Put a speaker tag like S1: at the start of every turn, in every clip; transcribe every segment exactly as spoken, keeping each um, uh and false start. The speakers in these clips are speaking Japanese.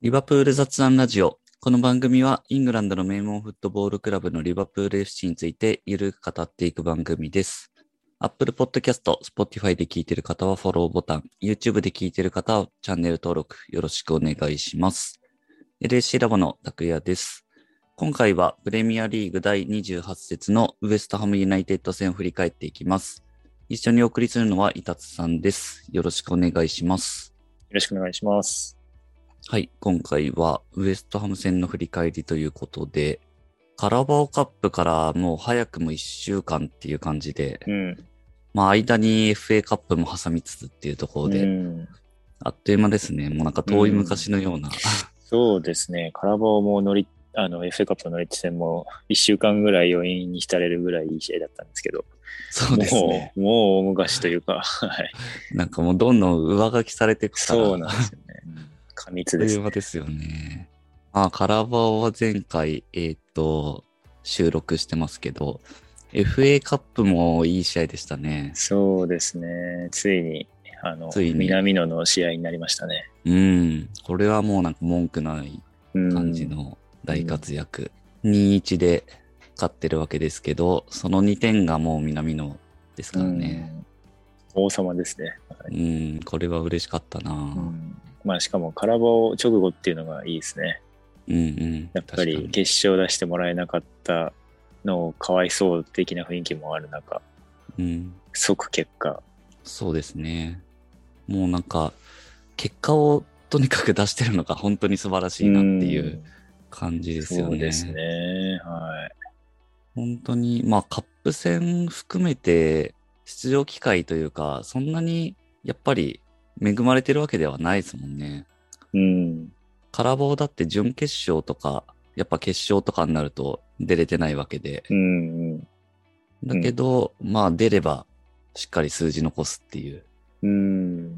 S1: リバプール雑談ラジオ。この番組はイングランドの名門フットボールクラブのリバプール エフシー についてゆるく語っていく番組です。Apple Podcast、Spotify で聞いている方はフォローボタン、YouTube で聞いている方はチャンネル登録よろしくお願いします。エルエーシー ラボの拓也です。今回はプレミアリーグだいにじゅうはち節のウエストハムユナイテッド戦を振り返っていきます。一緒にお送りするのはイタツさんです。よろしくお願いします。
S2: よろしくお願いします。
S1: はい、今回はウエストハム戦の振り返りということで、カラバオカップからもう早くもいっしゅうかんっていう感じで、
S2: うん、
S1: まあ間に エフエー カップも挟みつつっていうところで、
S2: うん、
S1: あっという間ですね。もうなんか遠い昔のような。うん、
S2: そうですね。カラバオも乗り、あの エフエー カップの乗り手戦もいっしゅうかんぐらい余韻に浸れるぐらいいい試合だったんですけど、
S1: そうですね。
S2: もう、もう大昔というか、はい。
S1: なんかもうどんどん上書きされていくから。
S2: そうなんですよね。過密です、ね。
S1: あっという間ですよね。まあカラバオは前回、えーっと、収録してますけど、エフエー カップもいい試合でしたね。
S2: そうですね。ついに、あの、
S1: ついに
S2: 南野の試合になりましたね。
S1: うん。これはもうなんか文句ない
S2: うん、
S1: 感じの大活躍。にたいいちで勝ってるわけですけど、そのにてんがもう南野ですからね。
S2: うん、王様ですね。
S1: うん、これは嬉しかったな、うん、
S2: まあしかもカラバオ直後っていうのがいいですね。
S1: うんうん。
S2: やっぱり決勝出してもらえなかったのかわいそう的な雰囲気もある中、うん、即結果。
S1: そうですね。もうなんか、結果をとにかく出してるのが本当に素晴らしいなっていう感じですよね。
S2: そうですね。はい。
S1: 本当に、まあカップ戦含めて出場機会というか、そんなにやっぱり恵まれてるわけではないですもんね。
S2: うん。
S1: カラバオだって準決勝とか、やっぱ決勝とかになると出れてないわけで。
S2: うんうん、
S1: だけど、うん、まあ出ればしっかり数字残すっていう。
S2: うん。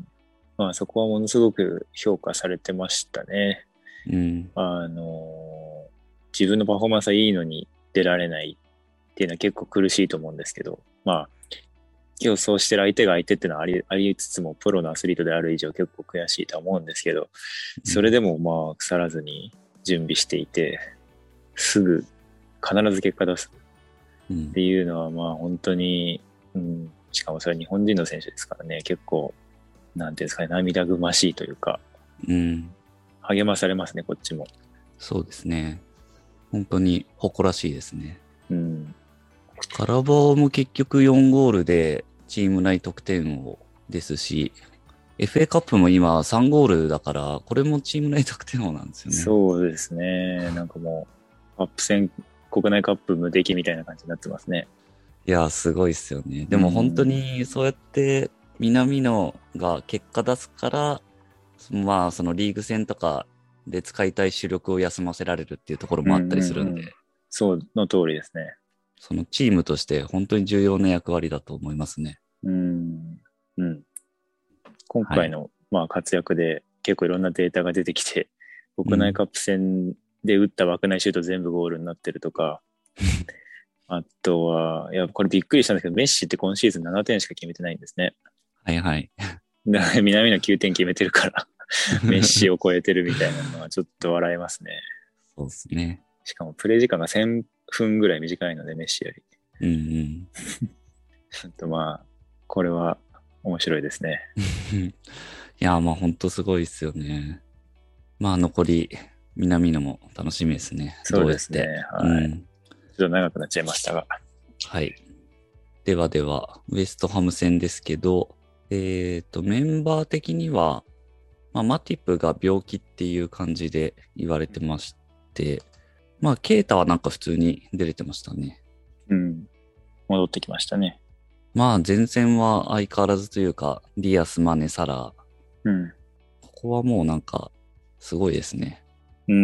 S2: まあそこはものすごく評価されてましたね。
S1: うん。
S2: あの、自分のパフォーマンスはいいのに出られないっていうのは結構苦しいと思うんですけど、まあ、今日そうしてる相手が相手っていうのはあり、ありつつもプロのアスリートである以上結構悔しいとは思うんですけど、それでもまあ腐らずに準備していて、すぐ必ず結果出すっていうのはまあ本当に、うん、しかもそれは日本人の選手ですからね、結構、なんていうんですかね、涙ぐましいというか、
S1: うん、
S2: 励まされますね、こっちも。
S1: そうですね。本当に誇らしいですね。
S2: うん、
S1: カラバオも結局よんゴールでチーム内得点王ですし、エフエー カップも今さんゴールだから、これもチーム内得点王なんですよね。
S2: そうですね。なんかもう、カップ戦、国内カップ無敵みたいな感じになってますね。
S1: いや、すごいっすよね。でも本当にそうやって南野が結果出すから、まあそのリーグ戦とかで使いたい主力を休ませられるっていうところもあったりするんで。
S2: うんうんうん、そうの通りですね。
S1: そのチームとして本当に重要な役割だと思いますね。
S2: うん。うん。今回の、はい、まあ活躍で結構いろんなデータが出てきて、国内カップ戦で打った枠内シュート全部ゴールになってるとか、あとは、いや、これびっくりしたんですけど、メッシって今シーズンななてんしか決めてないんですね。
S1: はいはい。
S2: 南のきゅうてん決めてるから、メッシを超えてるみたいなのはちょっと笑えますね。
S1: そうですね。
S2: しかもプレイ時間がせんぷんぐらい短いので、メッシより。
S1: うんうん。
S2: ちょっとまあ、これは面白いですね。
S1: いや、まあ本当すごいですよね。まあ残り、南野も楽しみですね。
S2: そうですね。はい、うん。ちょっと長くなっちゃいましたが。
S1: はい。ではでは、ウエストハム戦ですけど、えっ、ー、と、メンバー的には、まあ、マティプが病気っていう感じで言われてまして、まあ、ケイタはなんか普通に出れてましたね。
S2: うん。戻ってきましたね。
S1: まあ、前線は相変わらずというか、ディアス、マネ、サラー。
S2: うん。
S1: ここはもうなんか、すごいですね。
S2: うん。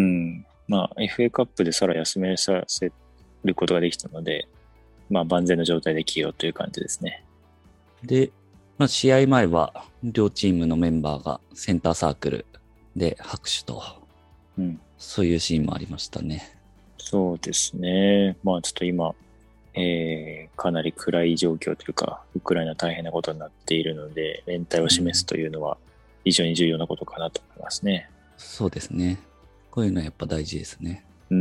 S2: まあ、エフエー カップでサラ休めさせることができたので、まあ、万全の状態で起用という感じですね。
S1: で、まあ、試合前は、両チームのメンバーがセンターサークルで拍手と、
S2: うん、
S1: そういうシーンもありましたね。
S2: そうですね。まあ、ちょっと今、えー、かなり暗い状況というか、ウクライナ大変なことになっているので、連帯を示すというのは非常に重要なことかなと思いますね。
S1: うん、そうですね。 こういうのはやっぱ大事ですね。
S2: うん。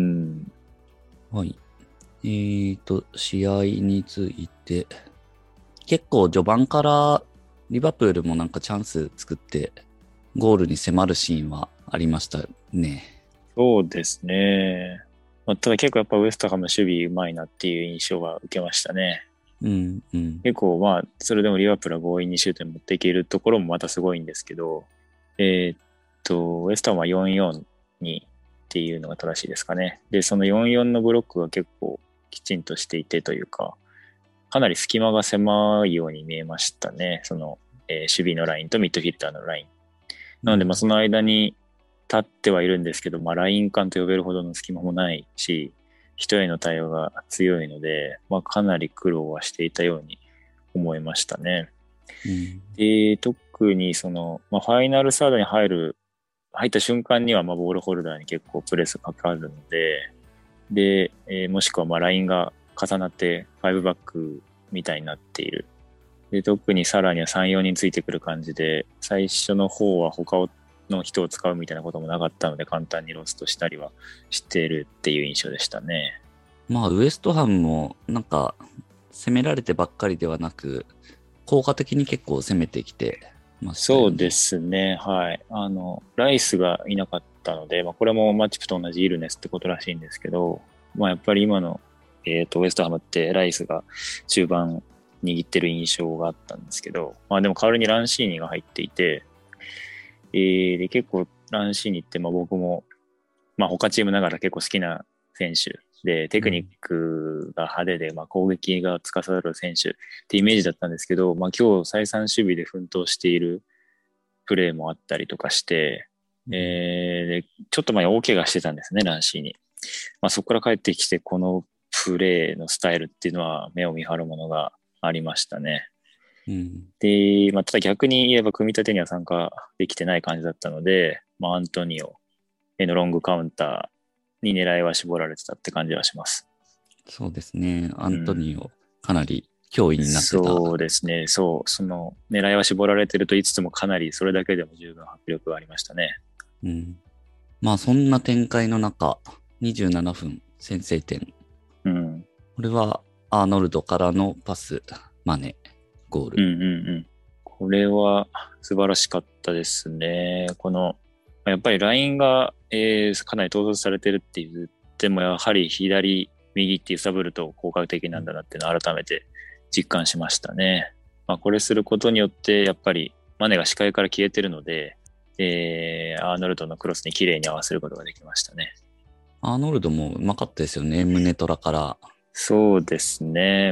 S1: はい。えーと、試合について、結構序盤からリバプールもなんかチャンス作ってゴールに迫るシーンはありましたね。
S2: そうですね。まあ、ただ結構やっぱウエストハム守備うまいなっていう印象は受けましたね。
S1: うんうん。
S2: 結構まあ、それでもリバプールは強引にシュートに持っていけるところもまたすごいんですけど、えーっと、ウエストハムはよんよんにっていうのが正しいですかね。で、そのよんよんのブロックが結構きちんとしていてというか、かなり隙間が狭いように見えましたね。その、えー守備のラインとミッドフィルダーのライン。なので、まあ、その間に立ってはいるんですけど、まあ、ライン間と呼べるほどの隙間もないし、人への対応が強いので、まあ、かなり苦労はしていたように思いましたね。
S1: うん、
S2: で、特にその、まあ、ファイナルサードに入る、入った瞬間には、まあ、ボールホルダーに結構プレスかかるので、で、えーもしくは、まあ、ラインが重なって、ファイブバックみたいになっている。で、特にさらにはさん、よにんついてくる感じで、最初の方は他の人を使うみたいなこともなかったので、簡単にロストしたりはしてるっていう印象でしたね。
S1: まあウエストハムもなんか攻められてばっかりではなく、効果的に結構攻めてきてましたよね。
S2: そうですね。はい。あの、ライスがいなかったので、まあ、これもマチプと同じイルネスってことらしいんですけど、まあ、やっぱり今の、えっと、ウエストハムってライスが中盤握ってる印象があったんですけど、まあでも代わりにランシーニが入っていて、えー、で、結構ランシーニって、まあ僕も、まあ他チームながら結構好きな選手で、テクニックが派手で、まあ攻撃が司る選手ってイメージだったんですけど、まあ今日再三守備で奮闘しているプレーもあったりとかして、
S1: うん、
S2: えー、でちょっと前大怪我してたんですね、ランシーに。まあそこから帰ってきて、このプレーのスタイルっていうのは目を見張るものがありましたね。
S1: うん、
S2: で、まあ、ただ逆に言えば組み立てには参加できてない感じだったので、まあ、アントニオへのロングカウンターに狙いは絞られてたって感じはします。
S1: そうですね。アント
S2: うん、
S1: ニオかなり脅威になってた。
S2: そうですね。そう。その狙いは絞られてると言いつつもかなりそれだけでも十分迫力がありましたね。
S1: うん、まあそんな展開の中、にじゅうななふん先制点。
S2: うん。
S1: これはアーノルドからのパス、マネ、ゴール。
S2: うんうんうん。これは素晴らしかったですね。この、やっぱりラインが、えーかなり統率されてるって言っても、やはり左、右って揺さぶると効果的なんだなっていうのを改めて実感しましたね。まあ、これすることによって、やっぱりマネが視界から消えてるので、えー、アーノルドのクロスに綺麗に合わせることができましたね。
S1: アーノルドもうまかったですよね。胸トラから。
S2: そうですね。うん。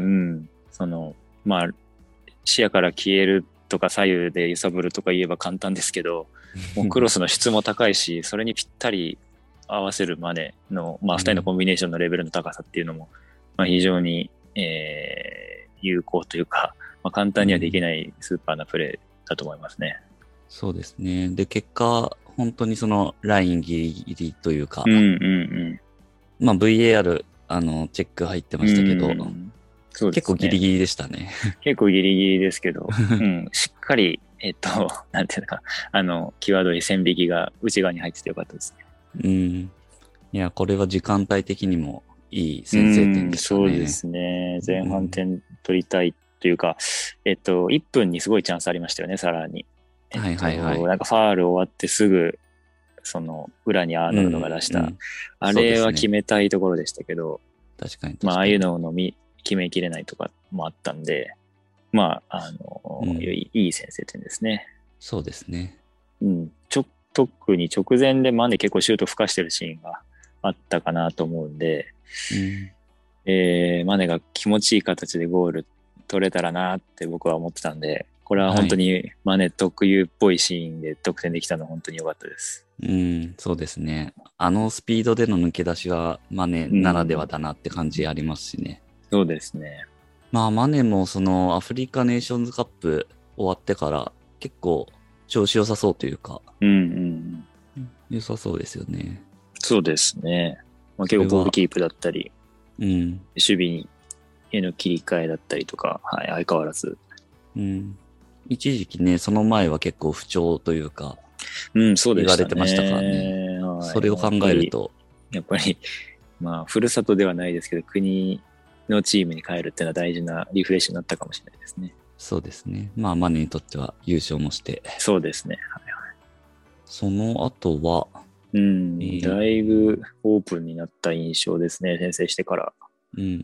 S2: その、まあ、視野から消えるとか左右で揺さぶるとか言えば簡単ですけど、もうクロスの質も高いし、それにぴったり合わせるマネの、まあ、二人のコンビネーションのレベルの高さっていうのも、まあ、非常に、えー、有効というか、まあ、簡単にはできないスーパーなプレーだと思いますね。
S1: そうですね。で、結果、本当にそのラインギリギリというか、
S2: うんうん
S1: まあ ブイエーアール、あの、チェック入って
S2: うん。
S1: ましたけど、
S2: うんそうですね。
S1: 結構ギリギリでしたね。
S2: 結構ギリギリですけど、うん、しっかり、えっと、なんていうのか、あの、際どい線引きが内側に入っててよかったですね。
S1: うん。いや、これは時間帯的にもいい
S2: う
S1: 先制点
S2: ん、
S1: でした
S2: そうで
S1: ね。
S2: すね。前半点取りたいというか、えっと、いっぷんにすごいチャンスありましたよね、さらに。えっ
S1: はい
S2: と、
S1: はいはい。
S2: なんかファール終わってすぐ、その、裏にアーノルドが出した。
S1: うんうん、
S2: あれは決めたいところでしたけど、
S1: 確かに確かに。
S2: まあ、ああいうののみ決めきれないとかもあったんで、まあ、あの、
S1: うん、
S2: いい先制点ですね。
S1: そうですね。
S2: うん。ちょ、特に直前でマネ結構シュート吹かしてるシーンがあったかなと思うんで、
S1: うん
S2: えー、マネが気持ちいい形でゴール取れたらなって僕は思ってたんで、これは本当にマネ特有っぽいシーンで得点できたのは本当に良かったです。
S1: うん、そうですね。あのスピードでの抜け出しはマネならではだなって感じありますしね。
S2: そうですね。
S1: まあマネもそのアフリカネーションズカップ終わってから結構調子良さそうというか、
S2: うんうんうん。
S1: 良さそうですよね。
S2: そうですね。まあ、結構ボールキープだったり、
S1: うん。
S2: 守備への切り替えだったりとか、はい、相変わらず。
S1: うん。一時期ね、その前は結構不調というか、
S2: うん、そうでしたね。
S1: 言われてましたからね。
S2: まあ、
S1: それを考えると。
S2: やっぱり、やっぱりまあ、ふるさとではないですけど、国のチームに帰るっていうのは大事なリフレッシュになったかもしれないですね。
S1: そうですね。まあ、マネにとっては優勝もして。
S2: そうですね。はいはい。
S1: その後は、
S2: うん、えー、だいぶオープンになった印象ですね、先制してから。
S1: うんうん。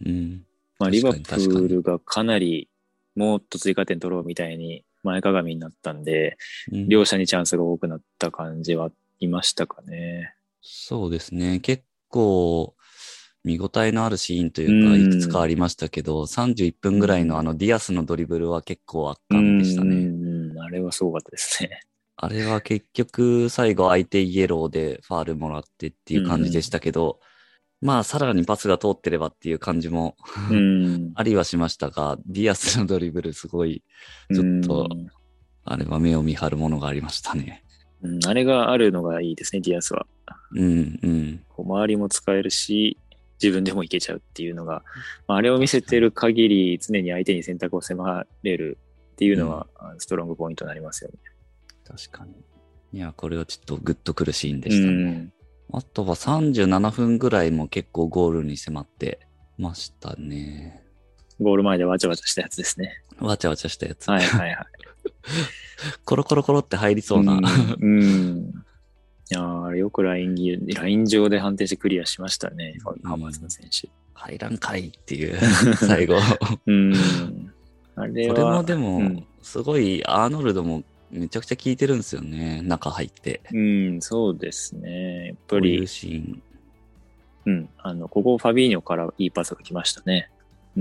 S2: まあ、リバプールがかなりもっと追加点取ろうみたいに前かがみになったんで、うん、両者にチャンスが多くなった感じはいましたかね。
S1: そうですね。結構見応えのあるシーンというか、いくつかありましたけど、さんじゅういっぷんぐらいのあのディアスのドリブルは結構圧巻でしたね。
S2: うんうん、あれはすごかったですね。
S1: あれは結局最後相手イエローでファールもらってっていう感じでしたけど、うん、まあさらにパスが通ってればっていう感じもありはしましたが、ディアスのドリブルすごいちょっとあれは目を見張るものがありましたね。
S2: うん、あれがあるのがいいですね、ディアスは。
S1: うんうん。
S2: こう周りも使えるし、自分でもいけちゃうっていうのが、まあ、あれを見せてる限り常に相手に選択を迫れるっていうのはストロングポイントになりますよね。
S1: うん、確かに。いや、これはちょっとグッとくるシーンでしたね。うん、あとはさんじゅうななふんぐらいも結構ゴールに迫ってましたね。
S2: ゴール前でわちゃわちゃしたやつですね。
S1: わちゃわちゃしたやつ。
S2: はいはいはい。
S1: コロコロコロって入りそうな。
S2: うん。うんいやあれよくラインギライン上で判定してクリアしましたね、ハマーズの選手。
S1: 入らんかいっていう、最後。
S2: うんあれは
S1: これもでも、うん、すごいアーノルドもめちゃくちゃ効いてるんですよね、中入って。
S2: うん、そうですね。やっぱり。
S1: こういうシーン。
S2: うん、あの、ここファビーニョからいいパスが来ましたね。うん、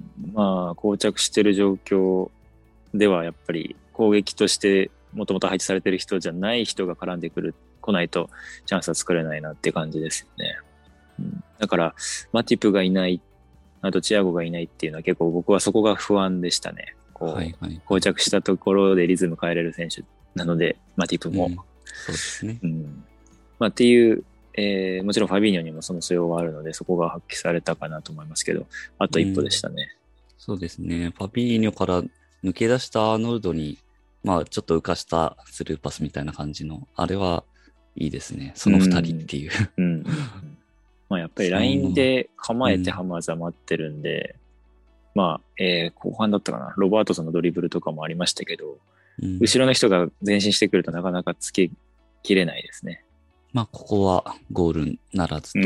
S2: まあ、膠着してる状況ではやっぱり攻撃としてもともと配置されてる人じゃない人が絡んでくる。来ないとチャンスは作れないなって感じですよね。うん、だから、マティプがいない、あとチアゴがいないっていうのは結構僕はそこが不安でしたね。こう、はいはい、膠着したところでリズム変えれる選手なので、マティプも。うん、
S1: そうですね。
S2: うん。まあっていう、えー、もちろんファビーニョにもその素養はあるので、そこが発揮されたかなと思いますけど、あと一歩でしたね。うん、
S1: そうですね。ファビーニョから抜け出したアーノルドに、まあちょっと浮かしたスルーパスみたいな感じの、あれはいいですね。その二人っていう。
S2: うん。うん、まあやっぱりラインで構えてハマーズは待ってるんで、うん、まあ、えー、後半だったかな。ロバートソンのドリブルとかもありましたけど、うん、後ろの人が前進してくるとなかなかつけきれないですね。
S1: まあここはゴールならずと。
S2: うんうん、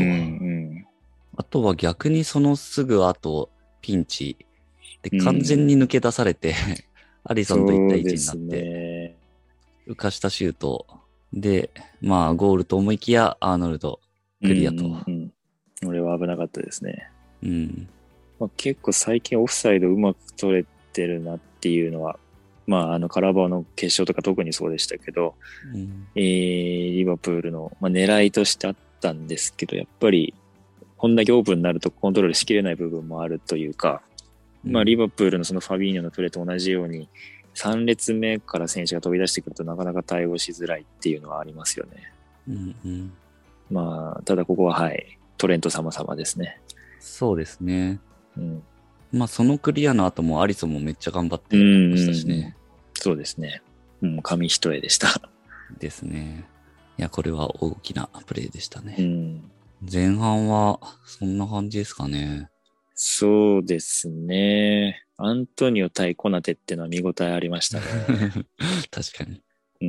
S1: あとは逆にそのすぐ後、ピンチで完全に抜け出されて、うん、アリソンといった位置になって、ね、浮かしたシュート。で、まあ、ゴールと思いきや、アーノルド、クリアと。
S2: うんうんうん、俺は危なかったですね。
S1: うん。
S2: まあ、結構最近オフサイドうまく取れてるなっていうのは、まあ、あの、カラバオの決勝とか特にそうでしたけど、うん、えー、リバプールの、まあ、狙いとしてあったんですけど、やっぱり、こんだけオープンになるとコントロールしきれない部分もあるというか、うん、まあ、リバプールのそのファビーニョのプレーと同じように、さん列目から選手が飛び出してくるとなかなか対応しづらいっていうのはありますよね。
S1: うんうん、
S2: まあ、ただここははい、トレント様々ですね。
S1: そうですね。
S2: うん、
S1: まあそのクリアの後もアリソンもめっちゃ頑張ってましたしね。うんうんうん、
S2: そうですね。もう紙一重でした。
S1: ですね。いや、これは大きなプレーでしたね。
S2: うん、
S1: 前半はそんな感じですかね。
S2: そうですね。アントニオ対コナテっていうのは見応えありましたね。
S1: 確かに。
S2: うん。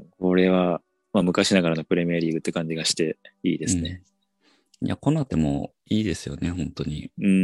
S2: これは、まあ昔ながらのプレミアリーグって感じがしていいですね。
S1: うん、いや、コナテもいいですよね、本当に。
S2: うん。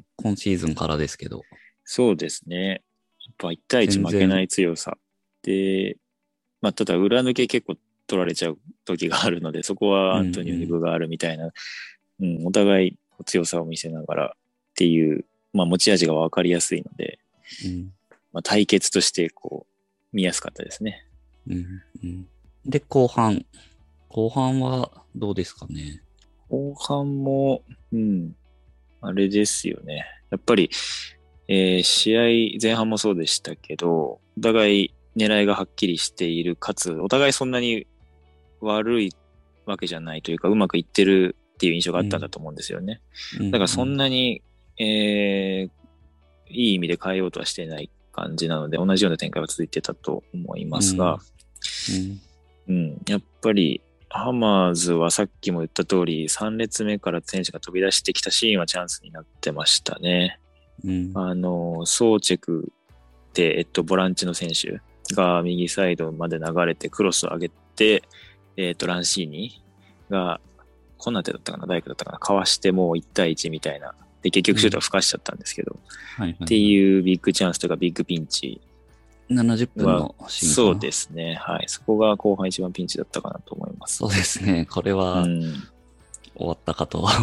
S1: 今シーズンからですけど。
S2: そうですね。やっぱいち対いち負けない強さ。で、まあただ裏抜け結構取られちゃう時があるので、そこはアントニオに分があるみたいな、うん、うんうん、お互い強さを見せながらっていう、まあ持ち味が分かりやすいので、
S1: うん
S2: まあ、対決としてこう見やすかったですね。
S1: うんうん、で、後半。後半はどうですかね。
S2: 後半も、うん、あれですよね。やっぱり、えー、試合前半もそうでしたけど、お互い狙いがはっきりしている、かつ、お互いそんなに悪いわけじゃないというか、うまくいってるっていう印象があったんだと思うんですよね。うん、だからそんなに、えー、いい意味で変えようとはしていない感じなので、同じような展開は続いてたと思いますが、
S1: うん、
S2: うんうん、やっぱり、 ハマーズはさっきも言った通り、さん列目から選手が飛び出してきたシーンはチャンスになってましたね。
S1: うん。
S2: あの、ソーチェクって、えっと、ボランチの選手が右サイドまで流れてクロスを上げて、えっと、ランシーニが、コナテだったかな、大工だったかな、かわしてもういち対いちみたいな。で、結局シュートはふかしちゃったんですけど、
S1: はいはいはい、
S2: っていうビッグチャンスというかビッグピンチ。
S1: ななじゅっぷんのシーンかな。
S2: そうですね。はい。そこが後半一番ピンチだったかなと思います。
S1: そうですね。これは、
S2: うん、
S1: 終わったかと。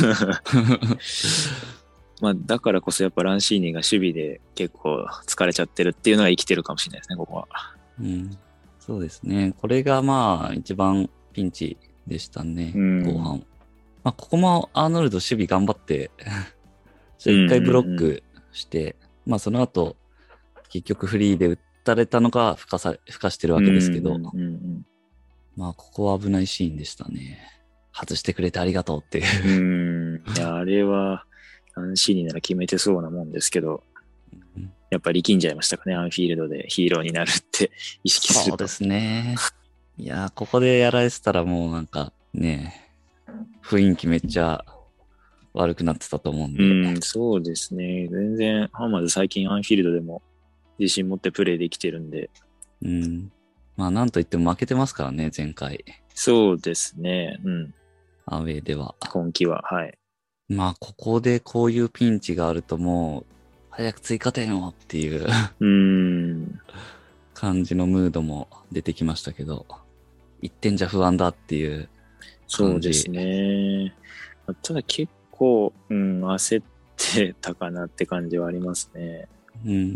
S2: まあ、だからこそやっぱランシーニが守備で結構疲れちゃってるっていうのが生きてるかもしれないですね、ここは。
S1: うん、そうですね。これがまあ一番ピンチでしたね、
S2: うん、
S1: 後半。まあ、ここもアーノルド守備頑張って一回ブロックして、うんうんうん、まあその後結局フリーで打たれたのが吹かさ、吹かしてるわけですけど、うんうんうん、まあここは危ないシーンでしたね。外してくれてありがとうっていう。
S2: うん。いや、あれは、ランシーニなら決めてそうなもんですけど、うん、やっぱり力んじゃいましたかね、アンフィールドでヒーローになるって意識すると。
S1: そうですね。いや、ここでやられてたらもうなんかね、雰囲気めっちゃ悪くなってたと思うんで。
S2: うん、そうですね。全然、ハンマーズ最近アンフィールドでも自信持ってプレーできてるんで。
S1: うん。まあなんといっても負けてますからね、前回。
S2: そうですね。うん。
S1: アウェーでは。
S2: 今季は、はい。
S1: まあここでこういうピンチがあるともう、早く追加点をっていう
S2: うーん
S1: 感じのムードも出てきましたけど、いってんじゃ不安だっていう感じ。
S2: そうですね。ただ結構、うん、焦ってたかなって感じはありますね。
S1: うんうん。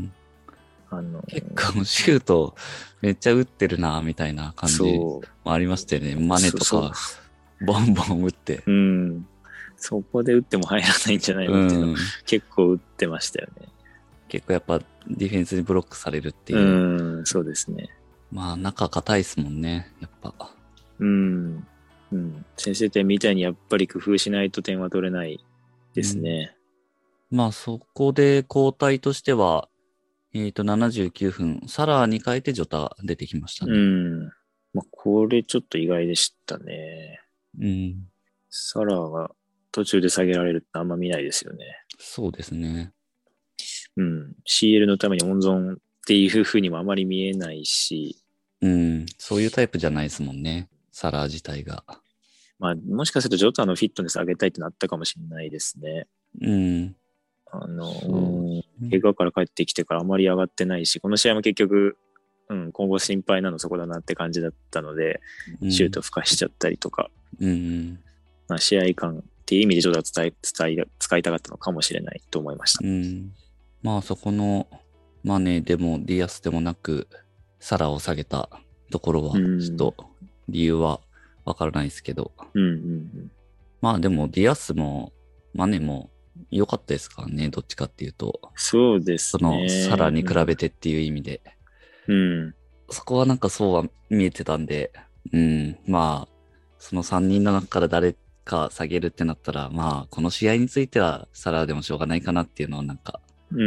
S2: あの
S1: 結構シュートめっちゃ打ってるなみたいな感じもありましたよね。マネとかボンボン打って。
S2: うん。そこで打っても入らないんじゃないのっていうの、うん、結構打ってましたよね。
S1: 結構やっぱディフェンスにブロックされるっていう。
S2: うん、そうですね。
S1: まあ中硬いですもんね、やっぱ。
S2: うん。うん。先制点みたいにやっぱり工夫しないと点は取れないですね。
S1: うん、まあそこで交代としては、えっと、ななじゅうきゅうふん、サラーに変えてジョタ出てきましたね。
S2: うん。まあこれちょっと意外でしたね。
S1: うん。
S2: サラーが途中で下げられるってあんま見ないですよね。
S1: そうですね。
S2: うん。シーエル のために温存っていう風にもあまり見えないし。
S1: うん。そういうタイプじゃないですもんね。サラー自体が。
S2: まあ、もしかするとジョタのフィットネス上げたいってなったかもしれないですね。
S1: うん。
S2: あの、怪我から帰ってきてからあまり上がってないし、この試合も結局、うん、今後心配なのそこだなって感じだったので、うん、シュート吹かしちゃったりとか。
S1: うん。
S2: まあ、試合感っていう意味でジョタを伝え、伝え、使いたかったのかもしれないと思いました。
S1: うん。まあそこのマネでもディアスでもなくサラを下げたところはちょっと理由はわからないですけど、
S2: うんうんうん、
S1: まあでもディアスもマネも良かったですからね、どっちかっていうと。
S2: そうですね。
S1: そのサラに比べてっていう意味で、
S2: うん、
S1: そこはなんかそうは見えてたんで、うん、まあそのさんにんの中から誰か下げるってなったら、まあこの試合についてはサラでもしょうがないかなっていうのをなんか
S2: うん、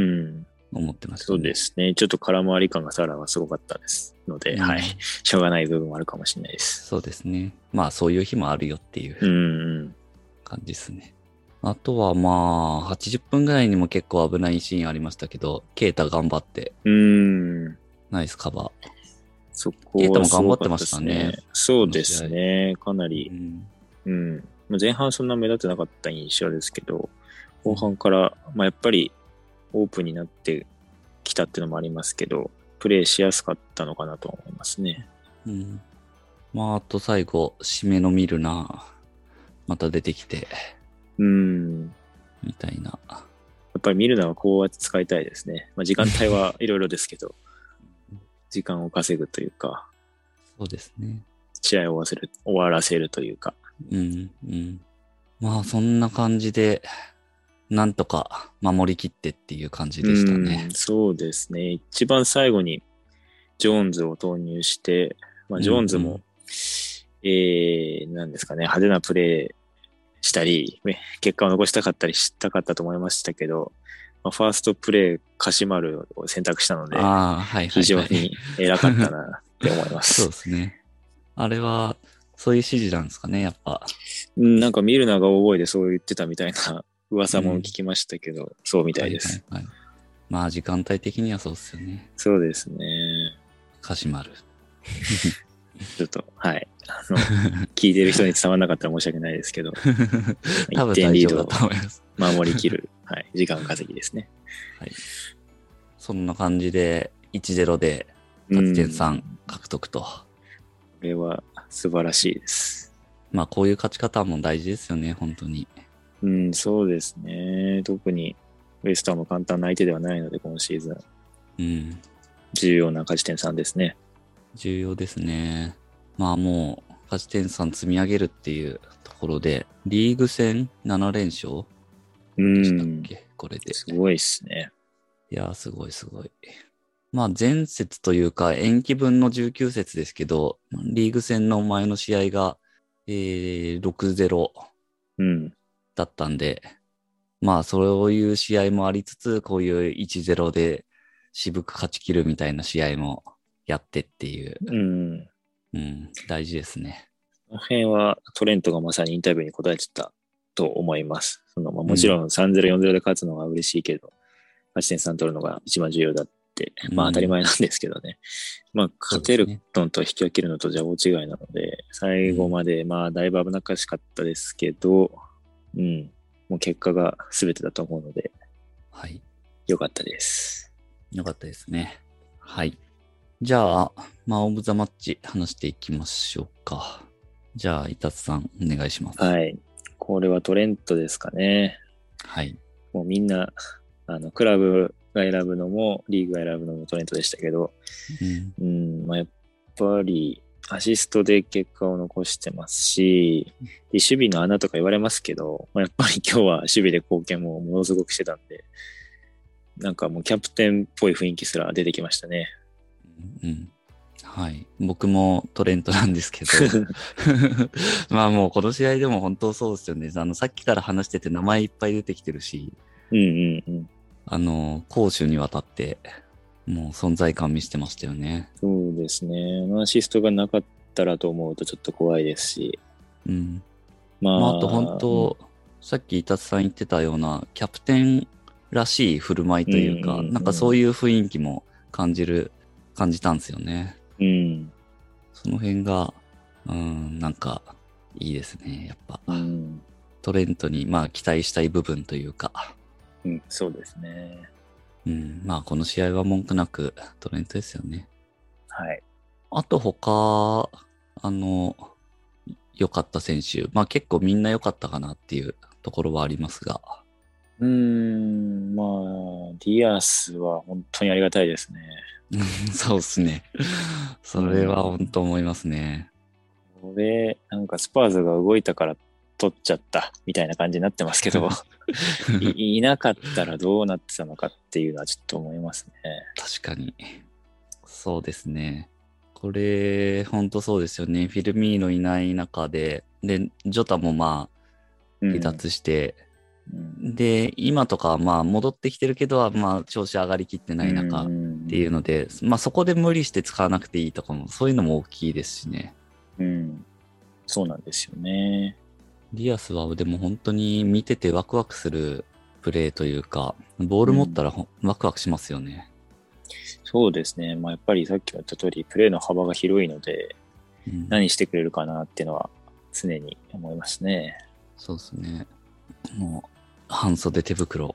S1: 思ってました、ね。
S2: そうですね。ちょっと空回り感がサラはすごかったですので、うん、はい。しょうがない部分もあるかもしれないです。
S1: そうですね。まあそういう日もあるよっていう感じですね。あとはまあ、はちじゅっぷんぐらいにも結構危ないシーンありましたけど、ケイタ頑張って。
S2: うん。
S1: ナイスカバー。
S2: そこ
S1: ケイタも頑張ってましたね。
S2: そうですね。かなり。うん。うん、前半そんな目立ってなかった印象ですけど、後半から、まあやっぱりオープンになってきたっていうのもありますけど、プレイしやすかったのかなと思いますね。
S1: うん。まああと最後、締めのミルナー、また出てきて。
S2: うん。
S1: みたいな。
S2: やっぱり見るのはこうやって使いたいですね。まあ時間帯はいろいろですけど、時間を稼ぐというか。
S1: そうですね。
S2: 試合を終わせる、終わらせるというか。
S1: うんうん。まあそんな感じで、なんとか守りきってっていう感じでしたね。
S2: うん、そうですね。一番最後にジョーンズを投入して、まあジョーンズも、うんうん、えー、なんですかね、派手なプレーしたり、結果を残したかったりしたかったと思いましたけど、まあ、ファーストプレー、カシマルを選択したので、
S1: あ、はいはいはい、
S2: 非常に偉かったなって思います。
S1: そうですね。あれは、 そういう指示なんですかね、やっぱ。
S2: うんなんかミルナが大声でそう言ってたみたいな噂も聞きましたけど、うん、そうみたいです。
S1: はいはいはい。まあ時間帯的にはそうですよね。
S2: そうですね。
S1: 鹿島る。
S2: ちょっと、はい。あの、聞いてる人に伝わらなかったら申し訳ないですけど、
S1: 多分大丈夫だと思います。
S2: 守りきる、はい、時間稼ぎですね。
S1: はい。そんな感じで、いちたいゼロで勝ち点さん獲得と。こ
S2: れは素晴らしいです。
S1: まあこういう勝ち方も大事ですよね、本当に。
S2: うん、そうですね。特にウエストハム簡単な相手ではないので、今シーズン。
S1: うん。
S2: 重要な勝ち点さんですね。
S1: 重要ですね。まあもう、勝ち点さん積み上げるっていうところで、リーグ戦なな連勝でしたっけ、これで。
S2: すごいっすね。
S1: いやー、すごいすごい。まあ前節というか延期分のじゅうきゅう節ですけど、リーグ戦の前の試合が、えー、ろくたいゼロだったんで、うん、まあそういう試合もありつつ、こういういちたいゼロで渋く勝ち切るみたいな試合もやってっていう。
S2: うん。
S1: うん、大事ですね。
S2: この辺はトレントがまさにインタビューに答えてたと思います。そのまあ、もちろんさんたいゼロ、よんたいゼロで勝つのが嬉しいけど、勝ち点さん取るのが一番重要だって、まあ当たり前なんですけどね。うん、まあ勝てるのと引き分けるのとじゃ大違いなので、最後までまあだいぶ危なっかしかったですけど、うん、もう結果が全てだと思うので、
S1: はい。
S2: 良かったです。
S1: 良かったですね。はい。じゃあ、まあ、オブザマッチ話していきましょうか。じゃあ、イタツさん、お願いします。
S2: はい。これはトレントですかね。
S1: はい。
S2: もうみんな、あの、クラブが選ぶのも、リーグが選ぶのもトレントでしたけど、うん、うんまあ、やっぱり、アシストで結果を残してますし、で守備の穴とか言われますけど、まあ、やっぱり今日は守備で貢献もものすごくしてたんで、なんかもうキャプテンっぽい雰囲気すら出てきましたね。
S1: うん、はい。僕もトレントなんですけど。まあもうこの試合でも本当そうですよね。あの、さっきから話してて名前いっぱい出てきてるし。
S2: うんうんうん。
S1: あの、攻守にわたって、もう存在感見せてましたよね。
S2: そうですね。アシストがなかったらと思うとちょっと怖いですし。
S1: うん。まあ、まあ、あと本当、うん、さっきイタツさん言ってたようなキャプテンらしい振る舞いというか、うんうんうん、なんかそういう雰囲気も感じる、感じたんですよね。
S2: うん。
S1: その辺が、うん、なんかいいですね、やっぱ。
S2: うん、
S1: トレントにまあ期待したい部分というか。
S2: うん、そうですね。
S1: うん、まあこの試合は文句なくトレントですよね。
S2: はい。
S1: あと他、あの、良かった選手、まあ結構みんな良かったかなっていうところはありますが。
S2: うーん、まあ、ディアスは本当にありがたいですね。
S1: そうですね。それは本当思いますね。
S2: これ、なんかスパーズが動いたから取っちゃったみたいな感じになってますけどい、いなかったらどうなってたのかっていうのはちょっと思いますね。
S1: 確かに。そうですね。これ、本当そうですよね。フィルミーノいない中で、で、ジョタもまあ、離脱して、うん、で、今とかはまあ戻ってきてるけど、まあ調子上がりきってない中っていうので、まあそこで無理して使わなくていいとかも、そういうのも大きいですしね。
S2: うん。そうなんですよね。
S1: ディアスはでも本当に見ててワクワクするプレーというか、ボール持ったら、うん、ワクワクしますよね。
S2: そうですね。まあやっぱりさっきも言った通り、プレーの幅が広いので、うん、何してくれるかなっていうのは常に思いますね。
S1: そうですね。もう、半袖手袋。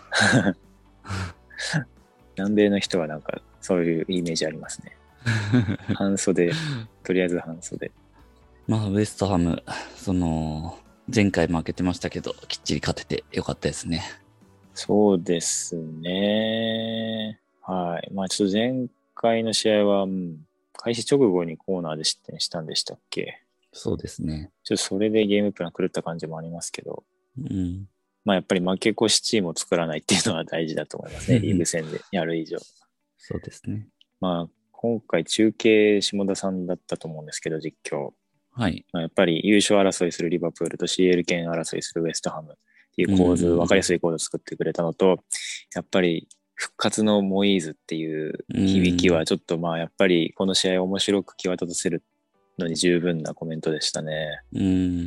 S2: 南米の人はなんかそういうイメージありますね。半袖、とりあえず半袖。
S1: まあ、ウエストハム、その、前回負けてましたけど、きっちり勝ててよかったですね。
S2: そうですね。はい。まあちょっと前回の試合は、うん、開始直後にコーナーで失点したんでしたっけ？
S1: そうですね。
S2: ちょっとそれでゲームプラン狂った感じもありますけど。
S1: うん。
S2: まあやっぱり負け越しチームを作らないっていうのは大事だと思いますね。リーグ戦でやる以上。
S1: そうですね。
S2: まあ今回中継下田さんだったと思うんですけど、実況。
S1: はい。
S2: まあ、やっぱり優勝争いするリバプールと シーエル 権争いするウエストハムっていう構図、分かりやすい構図を作ってくれたのと、やっぱり復活のモイーズっていう響きはちょっとまあやっぱりこの試合を面白く際立たせるのに十分なコメントでしたね。
S1: うん。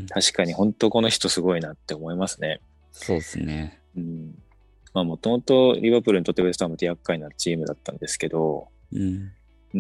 S2: 確かに本当この人すごいなって思いますね。
S1: そうですね。
S2: うん。まあもともとリバプールにとってウエストハムって厄介なチームだったんですけど、
S1: うん。
S2: うん、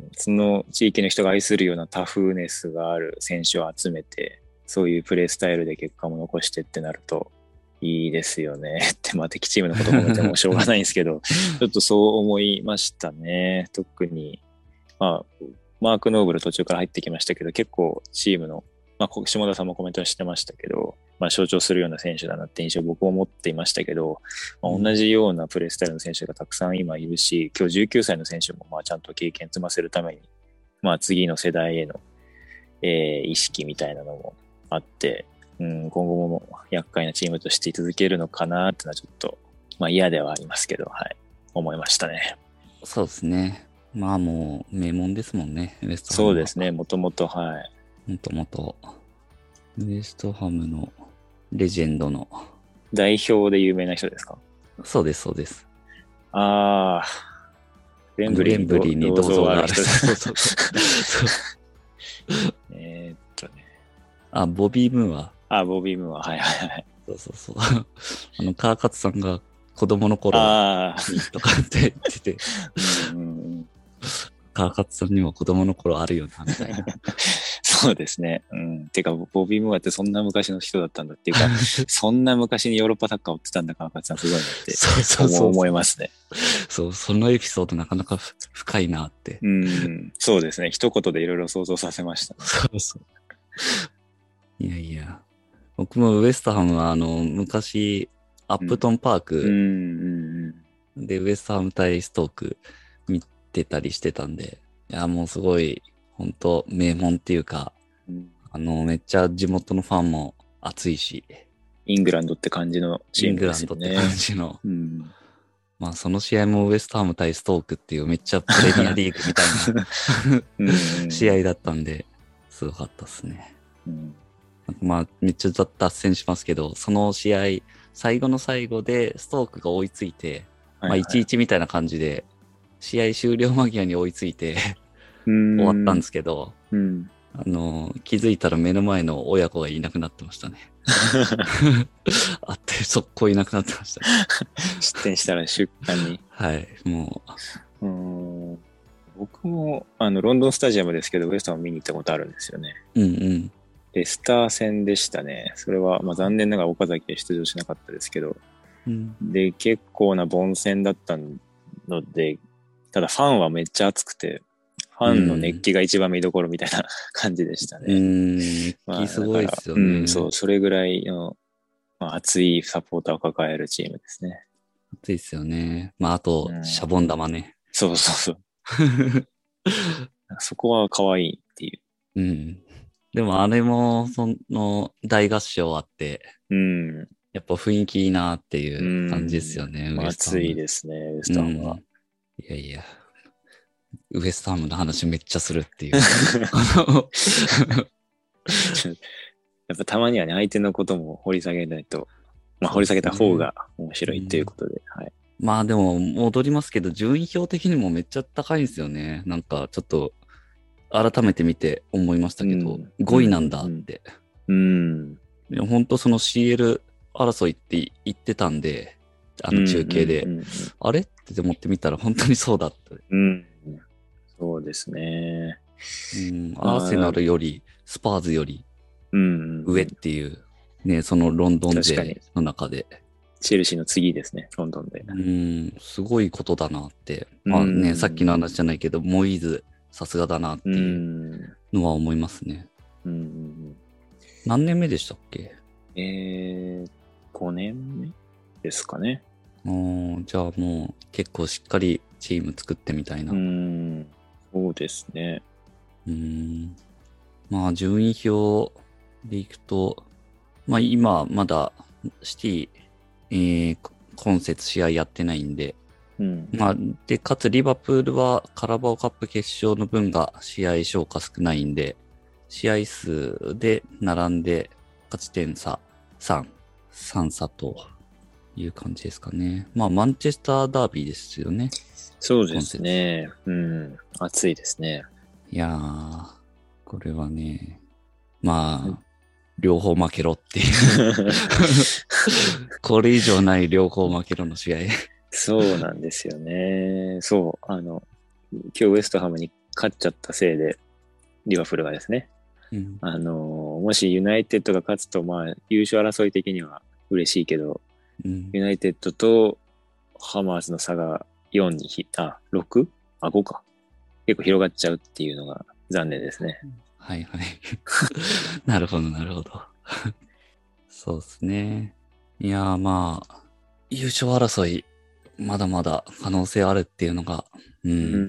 S2: その地域の人が愛するようなタフネスがある選手を集めて、そういうプレースタイルで結果も残してってなると、いいですよねって、まあ敵チームのこと褒めてもしょうがないんですけど、ちょっとそう思いましたね。特に、まあ、マーク・ノーブル途中から入ってきましたけど、結構チームの、まあ、下田さんもコメントしてましたけど、まあ、象徴するような選手だなって印象を僕も持っていましたけど、まあ、同じようなプレースタイルの選手がたくさん今いるし、今日じゅうきゅうさいの選手もまあちゃんと経験積ませるために、まあ、次の世代への、えー意識みたいなのもあって、うん、今後も厄介なチームとして居続けるのかなっていうのはちょっと、まあ嫌ではありますけど、はい、思いましたね。
S1: そうですね。まあもう名門ですもんね、ウエストハムは。
S2: そうですね、もともと、はい。
S1: もともと、ウエストハムのレジェンドの。
S2: 代表で有名な人ですか？
S1: そうです、そうです。
S2: ああ、レンブリーに
S1: レンブリーに銅像がある。
S2: 人
S1: そうそうそう。
S2: えーっとね。
S1: あ、ボビー・ムーア。
S2: あ、ボビー・ムーア、はいはいはい。
S1: そうそうそう。あの、カーカツさんが子供の頃
S2: ああ、
S1: にとかって言ってて、
S2: うんうんうん、
S1: カーカツさんにも子供の頃あるよな、みたいな。
S2: そうですね。うん。てか、ボビー・ムーアってそんな昔の人だったんだっていうか、そんな昔にヨーロッパサッカーを追ってたんだか、カツさんすごいなって
S1: そうそうそう。
S2: 思いますね。
S1: そう、そのエピソードなかなか深いなって。
S2: うん。そうですね。一言でいろいろ想像させました。
S1: そうそう。いやいや。僕もウエストハムは、あの、昔、アップトンパークでウエストハム対ストーク見てたりしてたんで、いや、もうすごい、本当名門っていうか、うん、あの、めっちゃ地元のファンも熱いし。
S2: イングランドって感じのチームですよね。
S1: イングランドって感じの。
S2: うん、
S1: まあ、その試合もウエストハム対ストークっていうめっちゃプレミアリーグみたいな試合だったんで、すごかったですね。うんまあ、めっちゃ脱線しますけど、その試合、最後の最後でストークが追いついて、はいはい、まあ、いちいちみたいな感じで、試合終了間際に追いついて終わったんですけど、うん、あの、気づいたら目の前の親子がいなくなってましたね。あって、速攻いなくなってました、ね。
S2: 失点したら瞬間に。
S1: はい、も
S2: う。うん僕も、あの、ロンドンスタジアムですけど、ウエストハム見に行ったことあるんですよね。うんうん。レスター戦でしたね。それは、まあ、残念ながら岡崎で出場しなかったですけど、うん、で、結構な凡戦だったので、ただファンはめっちゃ熱くて、ファンの熱気が一番見どころみたいな感じでしたね。
S1: うん、熱気すごいですよね、まあ。
S2: うん、そう、それぐらいの、まあ、熱いサポーターを抱えるチームですね。
S1: 熱いですよね。まあ、あと、うん、シャボン玉ね。
S2: そうそうそう。そこは可愛いっていう。
S1: うん。でもあれも、その、大合唱あって、うん。やっぱ雰囲気いいなっていう感じですよね、
S2: うん、ウエストハム。熱いですね、ウエストハムは、うん。
S1: いやいや、ウエストハムの話めっちゃするっていう。
S2: やっぱたまにはね、相手のことも掘り下げないと、まあ掘り下げた方が面白いということで、でねうん、はい。
S1: まあでも、戻りますけど、順位表的にもめっちゃ高いんですよね。なんか、ちょっと、改めて見て思いましたけど、うん、ごいなんだって。うん。うん、本当その シーエル 争いって言ってたんで、あの中継で、うんうんうん、あれって思ってみたら本当にそうだって。
S2: うん。そうですね。
S1: うん。アーセナルより、スパーズより、上っていう、ね、そのロンドン勢の中で。
S2: チェルシーの次ですね、ロンドンで。
S1: うん、すごいことだなって。まあね、さっきの話じゃないけど、モイーズ、さすがだなっていうのは思いますね。うんうんうん、何年目でしたっけ？
S2: えー、ごねんめですかね。
S1: おじゃあもう結構しっかりチーム作ってみたいな。
S2: うんそうですね。
S1: うんまあ順位表でいくと、まあ今まだシティ、えー、今節試合やってないんで、うんまあ、で、かつリバプールはカラバオカップ決勝の分が試合消化少ないんで、試合数で並んで勝ち点差さん、さん差という感じですかね。まあ、マンチェスターダービーですよね。
S2: そうですね。うん。熱いですね。
S1: いやー、 これはね、まあ、両方負けろっていうこれ以上ない両方負けろの試合
S2: そうなんですよね。そう、あの、今日ウエストハムに勝っちゃったせいで、リバプールがですね、
S1: うん、
S2: あの、もしユナイテッドが勝つと、まあ、優勝争い的には嬉しいけど、
S1: うん、
S2: ユナイテッドとハマーズの差がよんにひ、あ、ろく? あ、ごか。結構広がっちゃうっていうのが残念ですね。
S1: はいはい。なるほど、なるほど。そうですね。いやーまあ、優勝争い、まだまだ可能性あるっていうのが、うん、
S2: うん、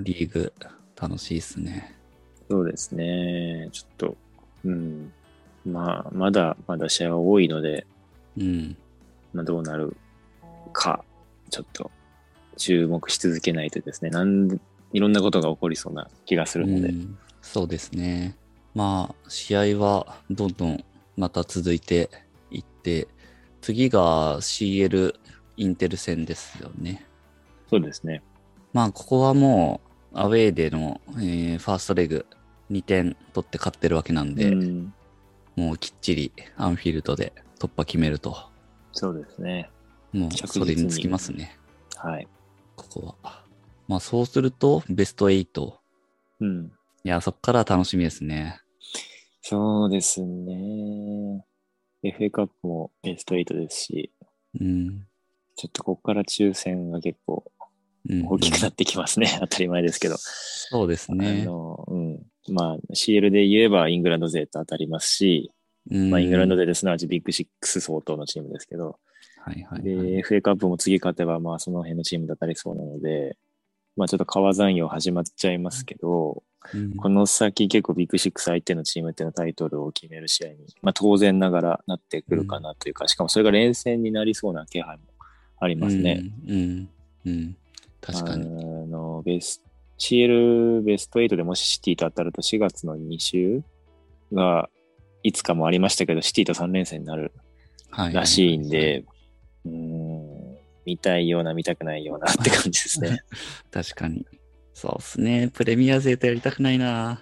S1: リーグ楽しいですね。
S2: そうですね。ちょっと、うん。まあ、まだまだ試合は多いので、
S1: うん。
S2: まあ、どうなるか、ちょっと注目し続けないとですね、なんいろんなことが起こりそうな気がするので。
S1: うん、そうですね。まあ、試合はどんどんまた続いていって、次が シーエル インテル戦ですよね。
S2: そうですね。
S1: まあ、ここはもう、アウェーでの、えーファーストレグにてん取って勝ってるわけなんで、
S2: うん、
S1: もうきっちりアンフィールドで突破決めると。
S2: そうですね。
S1: もうそれにつきますね。
S2: はい。
S1: ここは。まあそうするとベストエイト。
S2: うん。
S1: いや、そっから楽しみですね。
S2: そうですね。エフエー カップもベストエイトですし、
S1: うん。
S2: ちょっとここから抽選が結構
S1: うん、
S2: 大きくなってきますね。当たり前ですけど。
S1: そうですね。
S2: あの、うん。まあ、シーエル で言えばイングランド勢と当たりますし、
S1: うん、
S2: まあ、イングランド勢ですなわちビッグシックス相当のチームですけど、
S1: はいはい、はい。
S2: で、エフエー カップも次勝てば、まあ、その辺のチームだったりそうなので、まあ、ちょっと川残用始まっちゃいますけど、
S1: うん、
S2: この先結構ビッグシックス相手のチームっていうのタイトルを決める試合に、まあ、当然ながらなってくるかなというか、しかもそれが連戦になりそうな気配もありますね。
S1: うん、うん、うん。確かに。
S2: あの、ベス、シーエル ベストエイトでもしシティと当たるとしがつのに週がいつかもありましたけど、シティとさん連戦になるらしいんで、うーん、見たいような見たくないようなって感じですね。
S1: 確かに。そうっすね。プレミア勢とやりたくないな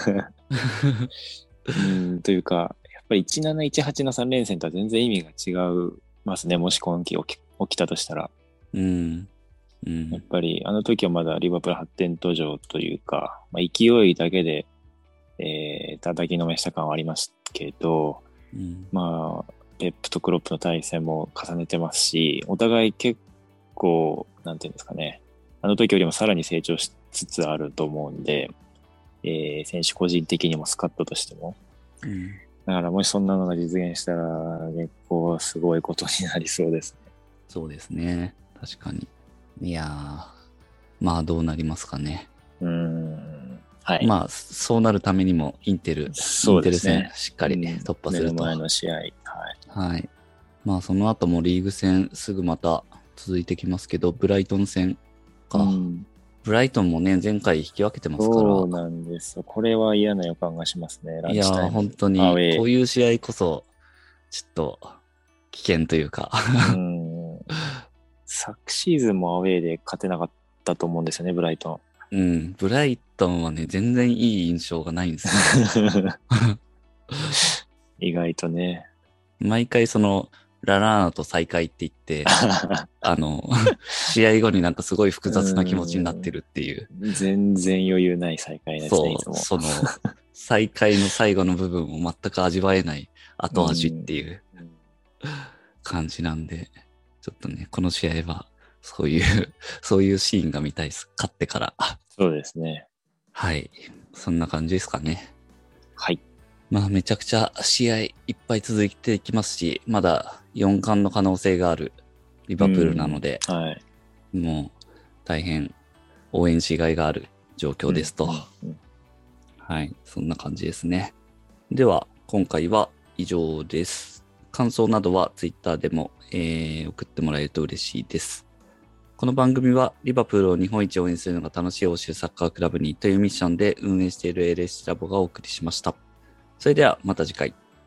S2: うんというか、やっぱりいちなないちはちのさん連戦とは全然意味が違いますね。もし今季起き起きたとしたら。
S1: うん。うん。
S2: やっぱりあの時はまだリバプール発展途上というか、まあ、勢いだけで、えー、叩きのめした感はありますけど、
S1: うん、
S2: まあ、ペップとクロップの対戦も重ねてますし、お互い結構、なんていうんですかね、あの時よりもさらに成長しつつあると思うんで、えー、選手個人的にもスカットとしても。
S1: うん、
S2: だからもしそんなのが実現したら、結構すごいことになりそうですね。
S1: そうですね。確かに。いやー、まあどうなりますかね。
S2: うーん。はい。
S1: まあ、そうなるためにもインテル、
S2: そうですね。
S1: インテル戦しっかり突破すると。
S2: 目の前の試合。はい。
S1: はい。まあその後もリーグ戦すぐまた続いてきますけど、ブライトン戦か。うん、ブライトンもね、前回引き分けてますから。
S2: そうなんですよ。これは嫌な予感がしますね。ランチタイム。
S1: いや、本当に、こういう試合こそ、ちょっと、危険というか
S2: うん昨シーズンもアウェーで勝てなかったと思うんですよね、ブライト
S1: ン。うん、ブライトンはね、全然いい印象がないんですよ。
S2: 意外とね。
S1: 毎回その、ララーナと再会って言って、あの、試合後になんかすごい複雑な気持ちになってるっていう。
S2: う全然余裕ない再会ですね、いつも。
S1: そう、その、再会の最後の部分を全く味わえない後味っていう感じなんで、ちょっとね、この試合は、そういう、そういうシーンが見たいです。勝ってから。
S2: そうですね。
S1: はい。そんな感じですかね。
S2: はい。
S1: まあめちゃくちゃ試合いっぱい続いていきますし、まだよん冠の可能性があるリバプールなので、
S2: はい、
S1: もう大変応援しがいがある状況ですと。うんうん、はい。そんな感じですね。では、今回は以上です。感想などはツイッターでも、えー、送ってもらえると嬉しいです。この番組はリバプールを日本一応援するのが楽しい欧州サッカークラブにというミッションで運営している エルエス ラボがお送りしました。それではまた次回。